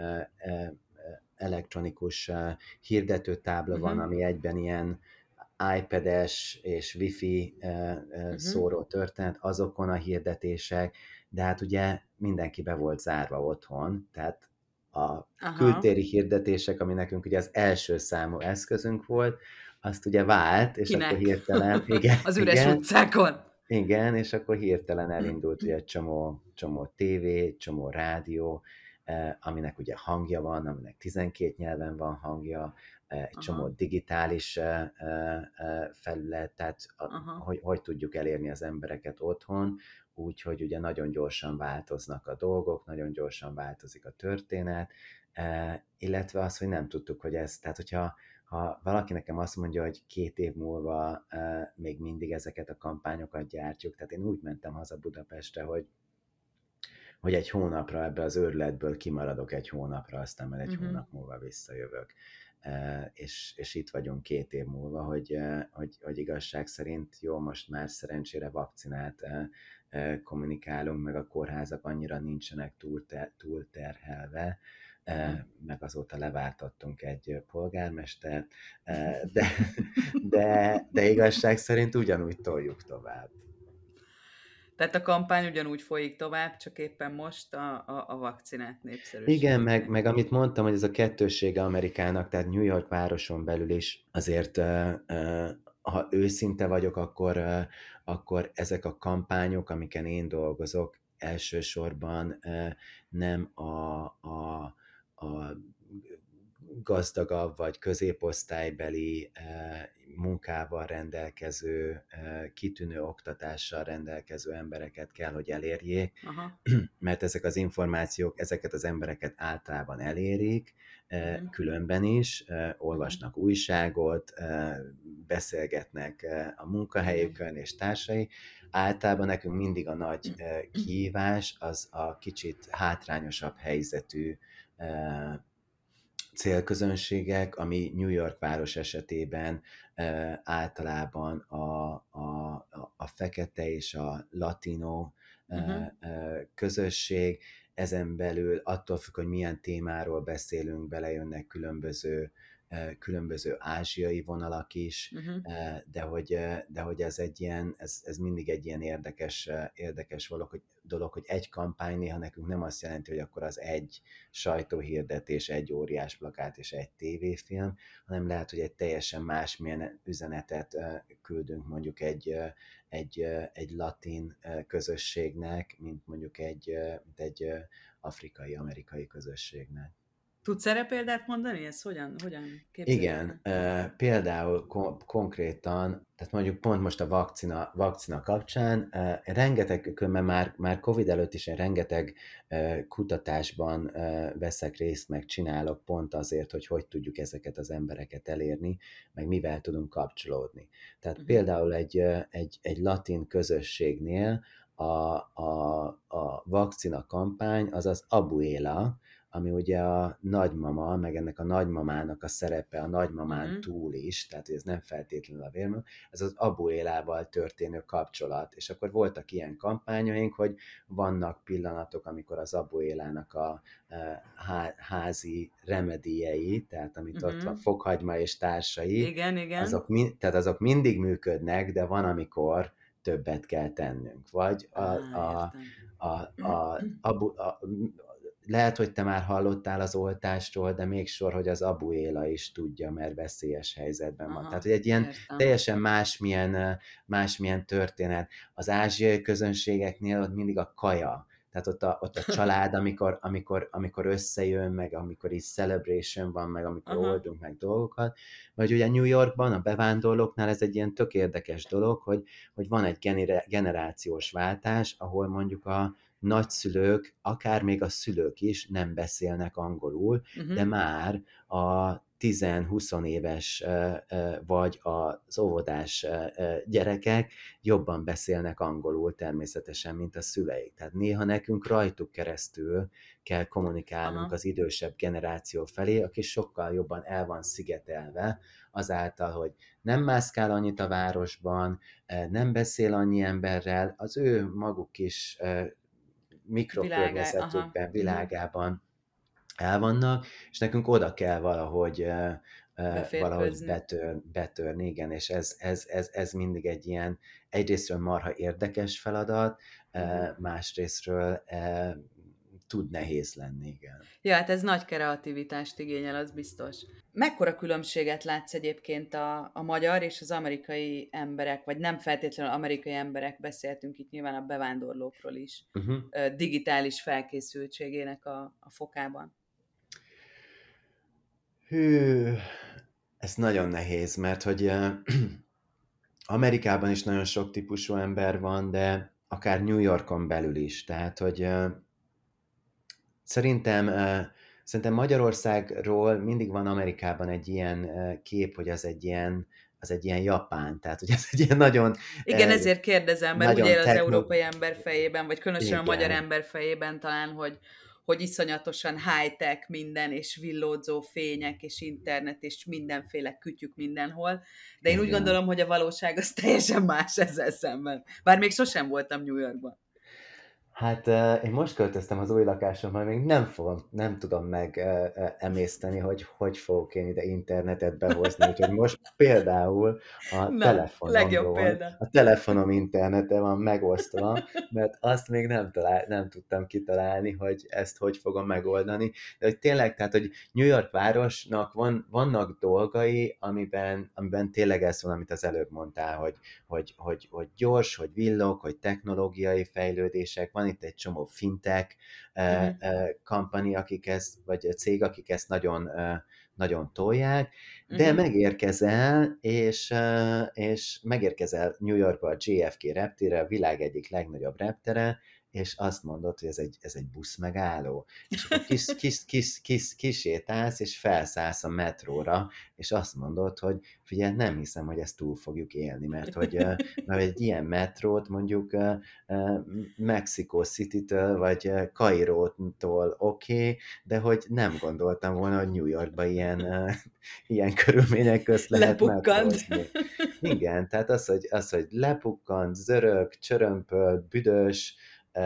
elektronikus hirdetőtábla van, ami egyben ilyen iPad-es és Wi-Fi szóró történet, azokon a hirdetések, de hát ugye mindenki be volt zárva otthon, tehát a kültéri hirdetések, ami nekünk ugye az első számú eszközünk volt, azt ugye vált, és Kinek? akkor hirtelen, igen, Az üres igen, utcákon. igen, és akkor hirtelen elindult ugye egy csomó tévé, csomó rádió, aminek ugye hangja van, aminek 12 nyelven van hangja, egy csomó digitális felület, tehát hogy tudjuk elérni az embereket otthon, úgyhogy ugye nagyon gyorsan változnak a dolgok, nagyon gyorsan változik a történet, illetve az, hogy nem tudtuk, hogy ez, tehát ha valaki nekem azt mondja, hogy 2 év múlva még mindig ezeket a kampányokat gyártjuk, tehát én úgy mentem haza Budapestre, hogy egy hónapra ebbe az őrületből kimaradok egy hónapra, aztán majd egy hónap múlva visszajövök. És itt vagyunk 2 év múlva, hogy igazság szerint jó, most már szerencsére vakcinát kommunikálunk, meg a kórházak annyira nincsenek túlterhelve, meg azóta leváltottunk egy polgármestert, de igazság szerint ugyanúgy toljuk tovább. Tehát a kampány ugyanúgy folyik tovább, csak éppen most a vakcinát népszerűsítik. Igen, meg amit mondtam, hogy ez a kettőssége Amerikának, tehát New York városon belül is azért, ha őszinte vagyok, akkor ezek a kampányok, amiken én dolgozok, elsősorban nem a gazdagabb vagy középosztálybeli munkával rendelkező, kitűnő oktatással rendelkező embereket kell, hogy elérjék, mert ezek az információk ezeket az embereket általában elérik, különben is, olvasnak újságot, beszélgetnek a munkahelyükön és társai. Általában nekünk mindig a nagy kihívás az a kicsit hátrányosabb helyzetű célközönségek, ami New York város esetében általában a fekete és a latino közösség, ezen belül attól függ, hogy milyen témáról beszélünk, belejönnek különböző ázsiai vonalak is, de hogy ez mindig egy ilyen érdekes dolog, hogy egy kampány néha nekünk nem azt jelenti, hogy akkor az egy sajtóhirdetés, egy óriás plakát és egy tévéfilm, hanem lehet, hogy egy teljesen másmilyen üzenetet küldünk mondjuk egy latin közösségnek, mint mondjuk egy afrikai-amerikai közösségnek. Tudsz erre példát mondani? Ez hogyan képzeljük? Igen, például konkrétan, tehát mondjuk pont most a vakcina kapcsán, különben már Covid előtt is én rengeteg kutatásban veszek részt, meg csinálok pont azért, hogy tudjuk ezeket az embereket elérni, meg mivel tudunk kapcsolódni. Tehát például egy latin közösségnél a vakcina kampány az az Abuela, ami ugye a nagymama, meg ennek a nagymamának a szerepe a nagymamán Uh-huh. túl is, tehát hogy ez nem feltétlenül a vérmű, ez az abuélával történő kapcsolat. És akkor voltak ilyen kampányaink, hogy vannak pillanatok, amikor az abuélának a házi remediei, tehát amit ott van, Uh-huh. fokhagyma és társai, Igen, igen. tehát azok mindig működnek, de van, amikor többet kell tennünk. Vagy Értem. lehet, hogy te már hallottál az oltástól, de még sor, hogy az abuéla is tudja, mert veszélyes helyzetben van. Tehát, Aha, hogy egy ilyen értem. teljesen másmilyen történet. Az ázsiai közönségeknél ott mindig a kaja, tehát ott a család, amikor összejön, meg amikor is celebration van, meg amikor Aha. oldunk meg dolgokat. Vagy ugye New Yorkban a bevándorlóknál ez egy ilyen tök érdekes dolog, hogy van egy generációs váltás, ahol mondjuk a nagyszülők, akár még a szülők is nem beszélnek angolul, de Uh-huh. már a 10-20 éves vagy az óvodás gyerekek jobban beszélnek angolul természetesen, mint a szüleik. Tehát néha nekünk rajtuk keresztül kell kommunikálnunk Aha. az idősebb generáció felé, aki sokkal jobban el van szigetelve azáltal, hogy nem mászkál annyit a városban, nem beszél annyi emberrel, az ő maguk is Aha. mikrokörnyezetükben, Uh-huh. világában el vannak, és nekünk oda kell valahogy Beférkőzni. betörni, igen, és ez mindig egy ilyen egyrésztről marha érdekes feladat, Uh-huh. másrésztről tud nehéz lenni, igen. Ja, hát ez nagy kreativitást igényel, az biztos. Mekkora különbséget látsz egyébként a magyar és az amerikai emberek, vagy nem feltétlenül amerikai emberek, beszéltünk itt nyilván a bevándorlókról is, Uh-huh. digitális felkészültségének a fokában? Hű, ez nagyon nehéz, mert hogy Amerikában is nagyon sok típusú ember van, de akár New Yorkon belül is, tehát hogy Szerintem, szerintem Magyarországról mindig van Amerikában egy ilyen kép, hogy az egy ilyen Japán, tehát hogy ez egy ilyen nagyon, Igen, ezért kérdezem, mert úgy nagyon él az európai ember fejében, vagy különösen a magyar igen, ember fejében talán, hogy iszonyatosan high-tech minden, és villódzó fények, és internet, és mindenféle kütyük mindenhol. De én úgy igen. gondolom, hogy a valóság az teljesen más ezzel szemben. Bár még sosem voltam New Yorkban. Hát én most költöztem az új lakásommal, még nem tudom meg emészteni, hogy fogok én ide internetet behozni, úgyhogy most például Na, legjobb példa. a telefonom internete van megosztva, mert azt még nem tudtam kitalálni, hogy ezt hogy fogom megoldani. De hogy tényleg, tehát, hogy New York városnak vannak dolgai, amiben tényleg ez van, amit az előbb mondtál, hogy gyors, hogy villog, hogy technológiai fejlődések, van itt egy csomó fintech Uh-huh. company, vagy cég, akik ezt nagyon, nagyon tolják, de Uh-huh. és megérkezel New Yorkba a JFK reptérre, a világ egyik legnagyobb reptere, és azt mondod, hogy ez egy busz megálló. És akkor kisétálsz, és felszállsz a metróra, és azt mondod, hogy figyelj, nem hiszem, hogy ezt túl fogjuk élni, mert egy ilyen metrót mondjuk Mexico City-től, vagy Kairótól oké, de hogy nem gondoltam volna, hogy New Yorkba ilyen körülmények közt lehet Lepukkant. metrózni. Igen, tehát az, hogy lepukkant, zörög, csörömpöl, büdös,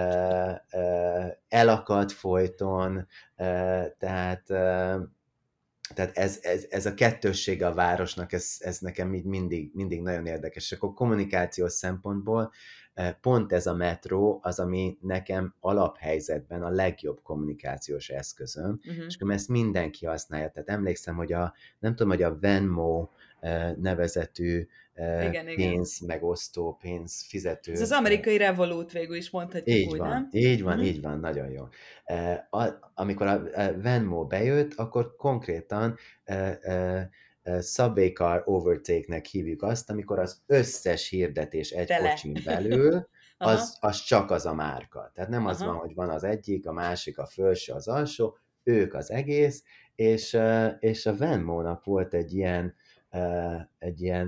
elakad folyton, tehát tehát ez a kettőssége a városnak, ez nekem így mindig nagyon érdekes. És akkor kommunikációs szempontból pont ez a metró az, ami nekem alaphelyzetben a legjobb kommunikációs eszközöm, Uh-huh. és akkor ezt mindenki használja. Tehát emlékszem, nem tudom, hogy a Venmo nevezetű Igen, igen. pénzmegosztó, Ez az pénzfizető. amerikai Revolut végül is mondhatjuk Így úgy, van, nem? így van, Uh-huh. így van, nagyon jó. Amikor a Venmo bejött, akkor konkrétan Subway Car Overtake-nek hívjuk azt, amikor az összes hirdetés egy Tele. kocsin belül, Aha, az csak az a márka. Tehát nem az van, aha. hogy van az egyik, a másik, a felső, az alsó, ők az egész, és a Venmo-nak volt egy ilyen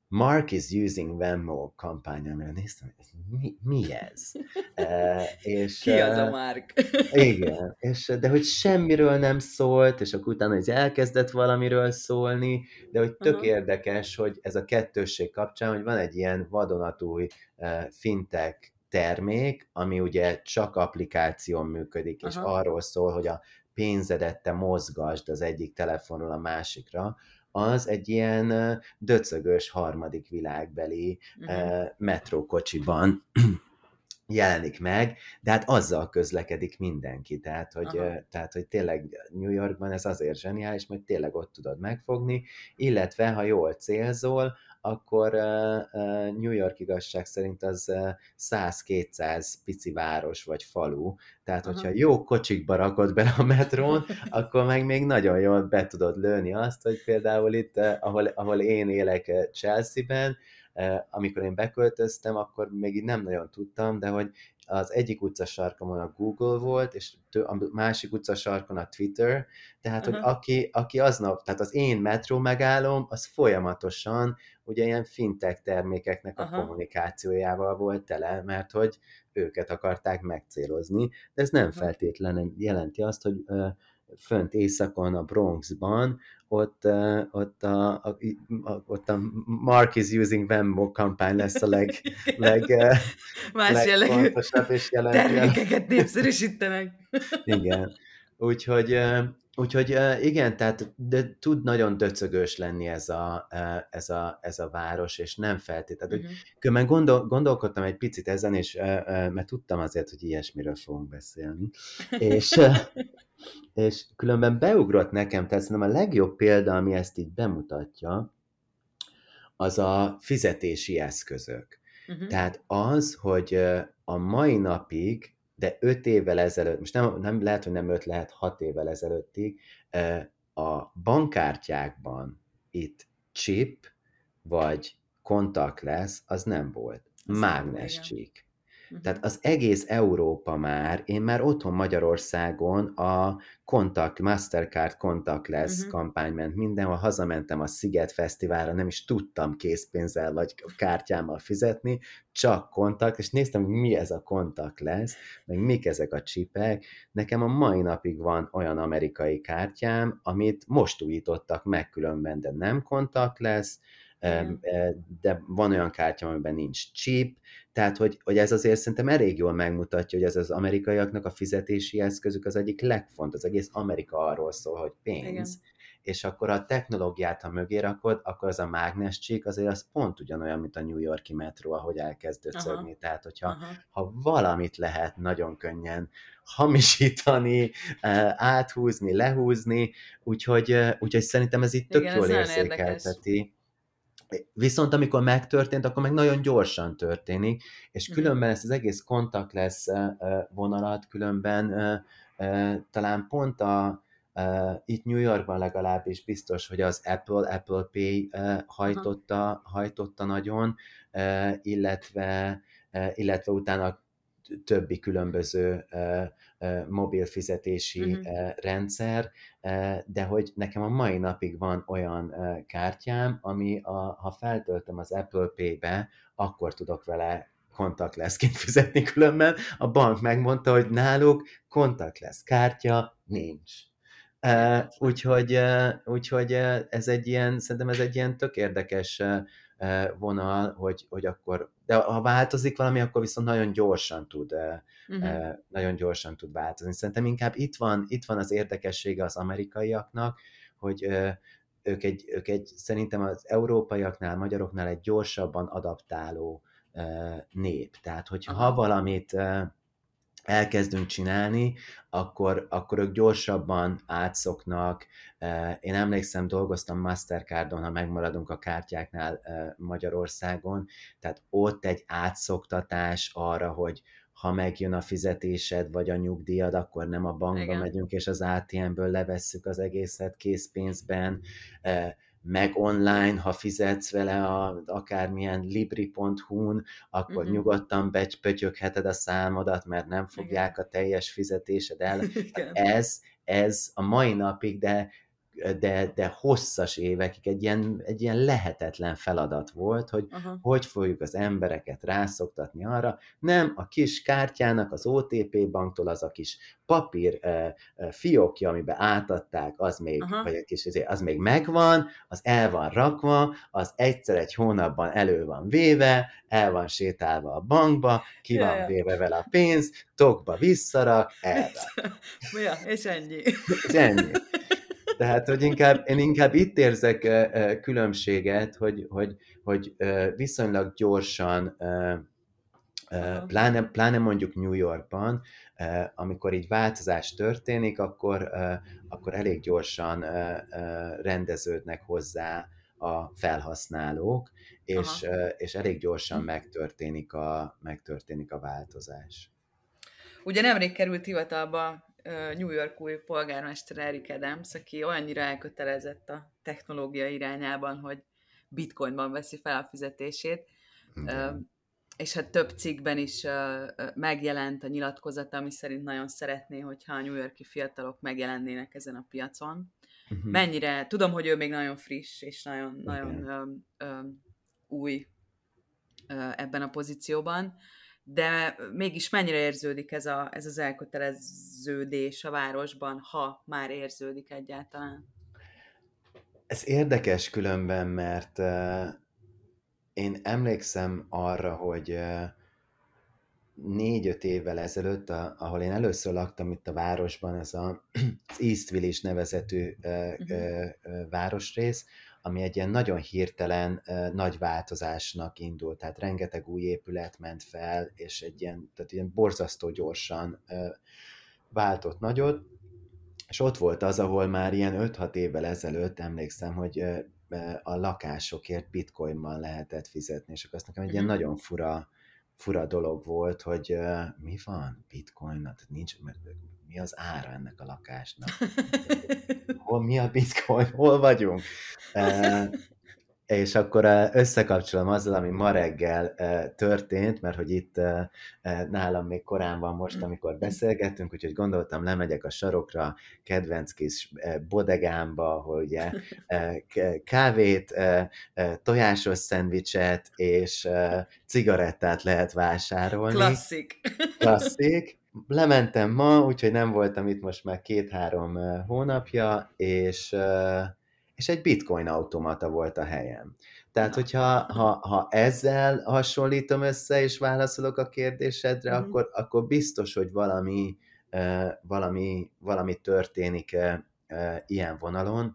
Mark is using Venmo kampány, amire néztem, hogy mi ez? És Ki az a Mark? igen, de hogy semmiről nem szólt, és akkor utána ez elkezdett valamiről szólni, de hogy tök Aha, érdekes, hogy ez a kettősség kapcsán, hogy van egy ilyen vadonatúj fintech termék, ami ugye csak applikáción működik, és aha, arról szól, hogy a pénzedet te mozgasd az egyik telefonról a másikra, az egy ilyen döcögös harmadik világbeli uh-huh, metrókocsiban jelenik meg, de hát azzal közlekedik mindenki, aha, tehát, hogy tényleg New Yorkban ez azért zseniális, mert tényleg ott tudod megfogni, illetve ha jól célzol, akkor New York igazság szerint az 100-200 pici város vagy falu, tehát hogyha aha, jó kocsikba rakod be a metrón, akkor meg még nagyon jól be tudod lőni azt, hogy például itt, ahol én élek Chelsea-ben, amikor én beköltöztem, akkor még így nem nagyon tudtam, de hogy az egyik utcasarkamon a Google volt, és a másik utcasarkon a Twitter, tehát hogy aha, aki aznap, tehát az én metró megállom, az folyamatosan ugye ilyen fintech termékeknek a aha, kommunikációjával volt tele, mert hogy őket akarták megcélozni, de ez nem aha. feltétlenül jelenti azt, hogy fönt északon, a Bronxban, ott a Mark is using Venmo kampány lesz a Igen. leg, Más jellegű legfontosabb, és termékeket népszerűsítenek. igen. Úgyhogy igen, tehát de tud nagyon döcögös lenni ez a város, és nem feltétlenül. Uh-huh. Különben gondolkodtam egy picit ezen, és mert tudtam azért, hogy ilyesmiről fogunk beszélni. És, és különben beugrott nekem, tehát szerintem a legjobb példa, ami ezt így bemutatja, az a fizetési eszközök. Uh-huh. Tehát az, hogy a mai napig, de 5 évvel ezelőtt, most nem lehet, hogy nem 5, lehet 6 évvel ezelőttig, a bankkártyákban itt chip vagy contactless az nem volt. Az nem volt, Mágnes igen. csík. Uh-huh. Tehát az egész Európa már, én már otthon Magyarországon a Mastercard Contactless Uh-huh. kampány ment mindenhol, hazamentem a Sziget Fesztiválra, nem is tudtam készpénzzel vagy kártyámmal fizetni, csak kontakt, és néztem, hogy mi ez a Contactless, meg mik ezek a csipek. Nekem a mai napig van olyan amerikai kártyám, amit most újítottak meg különben, de nem Contactless, Igen. de van olyan kártya, amiben nincs chip, tehát, hogy ez azért szerintem elég jól megmutatja, hogy ez az amerikaiaknak a fizetési eszközük az egyik legfontosabb, az egész Amerika arról szól, hogy pénz, Igen. és akkor a technológiát, ha mögé rakod, akkor az a mágnescsík azért az pont ugyanolyan, mint a New York-i metró, ahogy elkezd Aha. döcögni. Tehát, hogyha Aha. valamit lehet nagyon könnyen hamisítani, áthúzni, lehúzni, úgyhogy szerintem ez itt tök Igen, ez jól nagyon érdekes. érzékelteti. Viszont amikor megtörtént, akkor meg nagyon gyorsan történik, és Uh-huh. különben ezt az egész contactless vonalat különben talán pont itt New Yorkban legalábbis biztos, hogy az Apple Pay Aha. hajtotta nagyon, illetve utána többi különböző mobil fizetési Uh-huh. rendszer, de hogy nekem a mai napig van olyan kártyám, ami ha feltöltöm az Apple Pay-be, akkor tudok vele contactless-ként fizetni, különben a bank megmondta, hogy náluk contactless kártya nincs. Hihetetlen. Úgyhogy szerintem ez egy ilyen tök érdekes vonal, hogy akkor, de ha változik valami, akkor viszont Uh-huh. nagyon gyorsan tud változni. Szerintem inkább itt van az érdekessége az amerikaiaknak, hogy ők egy szerintem az európaiaknál, magyaroknál egy gyorsabban adaptáló nép. Tehát, hogyha Aha. valamit elkezdünk csinálni, akkor ők gyorsabban átszoknak. Én emlékszem, dolgoztam Mastercardon, ha megmaradunk a kártyáknál Magyarországon, tehát ott egy átszoktatás arra, hogy ha megjön a fizetésed vagy a nyugdíjad, akkor nem a bankba Igen. megyünk, és az ATM-ből levesszük az egészet készpénzben, meg online, ha fizetsz vele akármilyen libri.hu-n, akkor Uh-huh. nyugodtan bepötyögheted a számodat, mert nem Igen. fogják a teljes fizetésed el. Igen. Ez a mai napig, de de hosszas évekig egy ilyen lehetetlen feladat volt, hogy Aha. hogy fogjuk az embereket rászoktatni arra. Nem, a kis kártyának az OTP banktól az a kis papír fiókja, amiben átadták, az még, Aha. vagy egy kis, az még megvan, az el van rakva, az egyszer egy hónapban elő van véve, el van sétálva a bankba, ki Ja, van ja. véve vele a pénz, tokba visszarak, elrak. Ja, és ennyi. És ennyi. Tehát, hogy én inkább itt érzek különbséget, hogy viszonylag gyorsan, Aha. pláne mondjuk New Yorkban, amikor így változás történik, akkor elég gyorsan rendeződnek hozzá a felhasználók, Aha. és elég gyorsan megtörténik a változás. Ugye nemrég került hivatalba New York új polgármester Eric Adams, aki olyannyira elkötelezett a technológia irányában, hogy bitcoinban veszi fel a fizetését, Igen. és hát több cikkben is megjelent a nyilatkozata, ami szerint nagyon szeretné, hogyha a New York-i fiatalok megjelennének ezen a piacon. Uh-huh. Mennyire, tudom, hogy ő még nagyon friss, és nagyon új ebben a pozícióban, de mégis mennyire érződik ez az elköteleződés a városban, ha már érződik egyáltalán? Ez érdekes különben, mert én emlékszem arra, hogy 4-5 évvel ezelőtt, ahol én először laktam itt a városban, ez az East Village nevezetű városrész, ami egy ilyen nagyon hirtelen nagy változásnak indult, tehát rengeteg új épület ment fel, és tehát ilyen borzasztó gyorsan váltott nagyot, és ott volt az, ahol már ilyen 5-6 évvel ezelőtt emlékszem, hogy a lakásokért bitcoinban lehetett fizetni, és akkor azt nekem egy ilyen nagyon fura dolog volt, hogy mi van bitcoin, tehát nincs, mi az ára ennek a lakásnak? Mi a bitcoin? Hol vagyunk? És akkor összekapcsolom azzal, ami ma reggel történt, mert hogy itt nálam még korán van most, amikor beszélgettünk, úgyhogy gondoltam, lemegyek a sarokra, kedvenc kis bodegámba, ahol ugye kávét, tojásos szendvicset és cigarettát lehet vásárolni. Klasszik. Lementem ma, úgyhogy nem voltam itt most már 2-3 hónapja, és egy bitcoin automata volt a helyem. Tehát, hogyha ezzel hasonlítom össze, és válaszolok a kérdésedre, akkor biztos, hogy valami történik ilyen vonalon,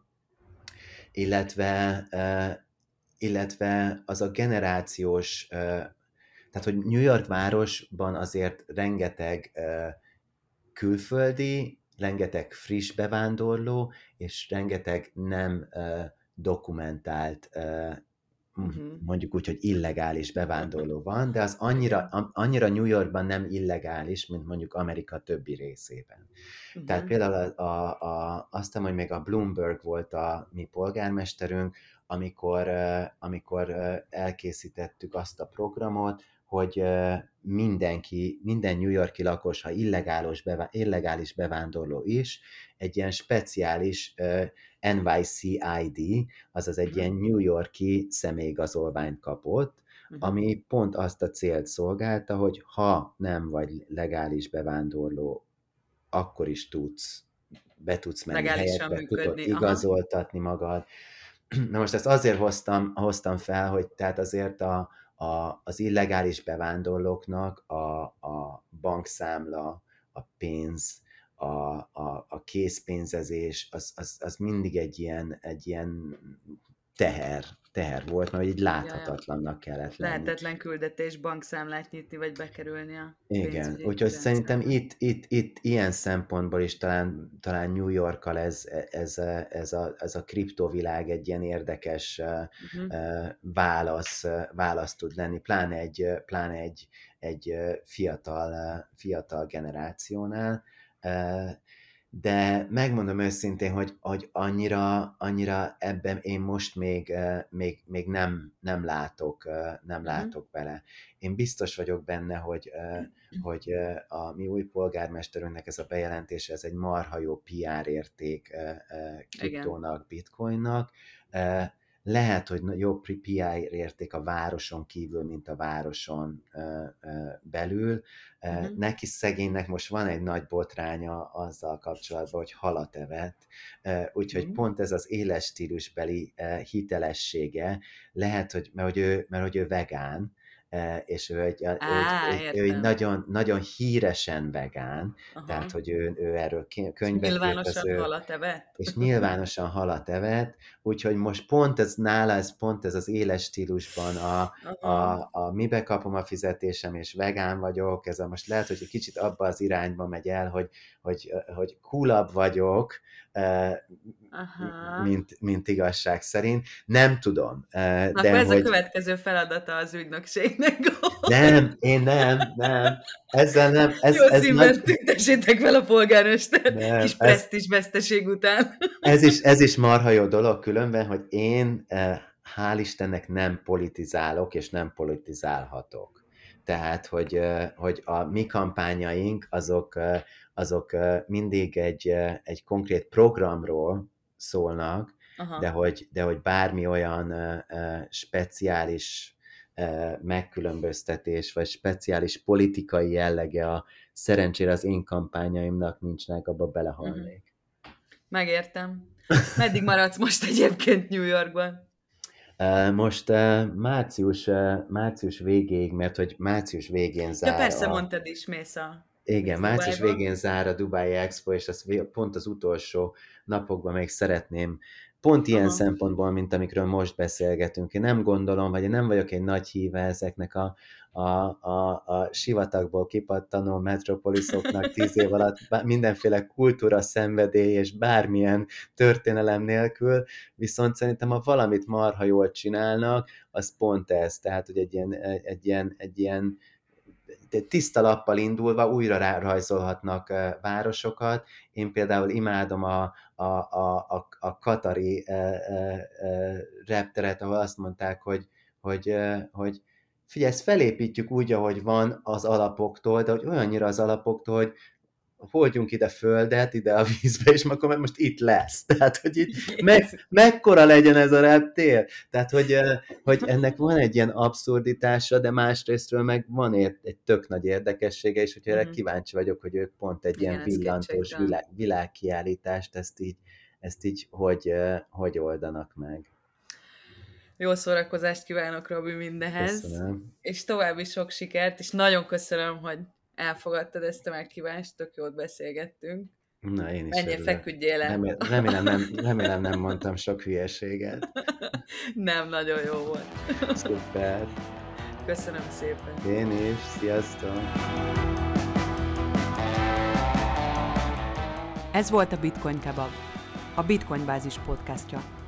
illetve az a generációs, tehát, hogy New York városban azért rengeteg külföldi, rengeteg friss bevándorló, és rengeteg nem dokumentált, mondjuk úgy, hogy illegális bevándorló van, de az annyira New Yorkban nem illegális, mint mondjuk Amerika többi részében. Tehát például azt hiszem, hogy még a Bloomberg volt a mi polgármesterünk, amikor elkészítettük azt a programot, hogy minden New York-i lakos, ha illegális bevándorló is, egy ilyen speciális NYC-ID, azaz egy ilyen New York-i személyigazolványt kapott, ami pont azt a célt szolgálta, hogy ha nem vagy legális bevándorló, akkor is be tudsz menni helyekbe, tudod igazoltatni magad. Na most ezt azért hoztam fel, hogy tehát azért az illegális bevándorlóknak a bankszámla, a pénz, a készpénzezés, az mindig egy ilyen teher volt, mert így láthatatlannak kellett lenni. Lehetetlen küldetés bankszámlát nyitni, vagy bekerülni a pénzügyi Igen, úgyhogy szerintem itt ilyen szempontból is talán New Yorkkal ez a kriptovilág egy ilyen érdekes válasz tud lenni, pláne egy fiatal generációnál. de megmondom őszintén, hogy annyira ebben én most még nem látok bele. Én biztos vagyok benne, hogy a mi új polgármesterünknek ez a bejelentése, ez egy marha jó PR érték Igen. kriptónak, bitcoinnak. Lehet, hogy jobb PR érték a városon kívül, mint a városon belül. Neki szegénynek most van egy nagy botránya azzal kapcsolatban, hogy halat evett, úgyhogy pont ez az éles stílusbeli hitelessége lehet, hogy mert hogy ő vegán, és ő egy Értem. nagyon, nagyon híresen vegán, tehát Aha. hogy ő erről És könyvet írt, nyilvánosan halat evett? és nyilvánosan halat evett, úgyhogy most pont ez nála, pont ez az éles stílusban Aha. a mibe kapom a fizetésem, és vegán vagyok, ez most lehet, hogy egy kicsit abba az irányba megy el, hogy coolabb vagyok, Aha. mint igazság szerint. Nem tudom, Na, akkor de ez a hogy következő feladata az ügynökségnek. én nem, ezzel nem, Jó ez nagy, szívvel tüntessétek fel a polgármester nem, kis presztízs veszteség után. ez is marha jó dolog különben, hogy én hál' Istennek nem politizálok, és nem politizálhatok. Tehát, hogy a mi kampányaink, azok mindig egy konkrét programról szólnak, Aha. de hogy bármi olyan speciális megkülönböztetés, vagy speciális politikai jellege szerencsére az én kampányaimnak nincsnek, abba belehalnék. Megértem. Meddig maradsz most egyébként New Yorkban? Most március végéig, mert hogy március végén Ja, zár persze, mondtad is, igen, mész március Dubájba. végén zár a Dubai Expo, és pont az utolsó napokban még szeretném, pont ilyen Aha. szempontból, mint amikről most beszélgetünk. Én nem gondolom, vagy én nem vagyok egy nagy híve ezeknek a sivatagból kipattanó metropoliszoknak 10 év alatt mindenféle kultúra szenvedély és bármilyen történelem nélkül, viszont szerintem, ha valamit marha jól csinálnak, az pont ez, tehát, hogy egy ilyen tiszta lappal indulva újra rárajzolhatnak városokat. Én például imádom a katari repteret, ahol azt mondták, hogy figyelj, ezt felépítjük úgy, ahogy van az alapoktól, de hogy olyannyira az alapoktól, hogy holdjunk ide földet, ide a vízbe, és akkor most itt lesz. Tehát, hogy itt mekkora legyen ez a reptér? Tehát, hogy ennek van egy ilyen abszurditása, de másrésztről meg van egy tök nagy érdekessége, és hogyha erre kíváncsi vagyok, hogy ők pont egy ilyen Igen, ez villantós kétségtelen. világkiállítást ezt így hogy oldanak meg. Jó szórakozást kívánok, Robi, mindehez. Köszönöm. És további sok sikert, és nagyon köszönöm, hogy elfogadtad ezt a meghívást, tök jót beszélgettünk. Na, én is Menjél, örülök. feküdjél le. Remélem nem mondtam sok hülyeséget. Nem, nagyon jó volt. Szuper. Köszönöm szépen. Én is. Sziasztok. Ez volt a Bitcoin Kebab, a Bitcoin Bázis podcastja.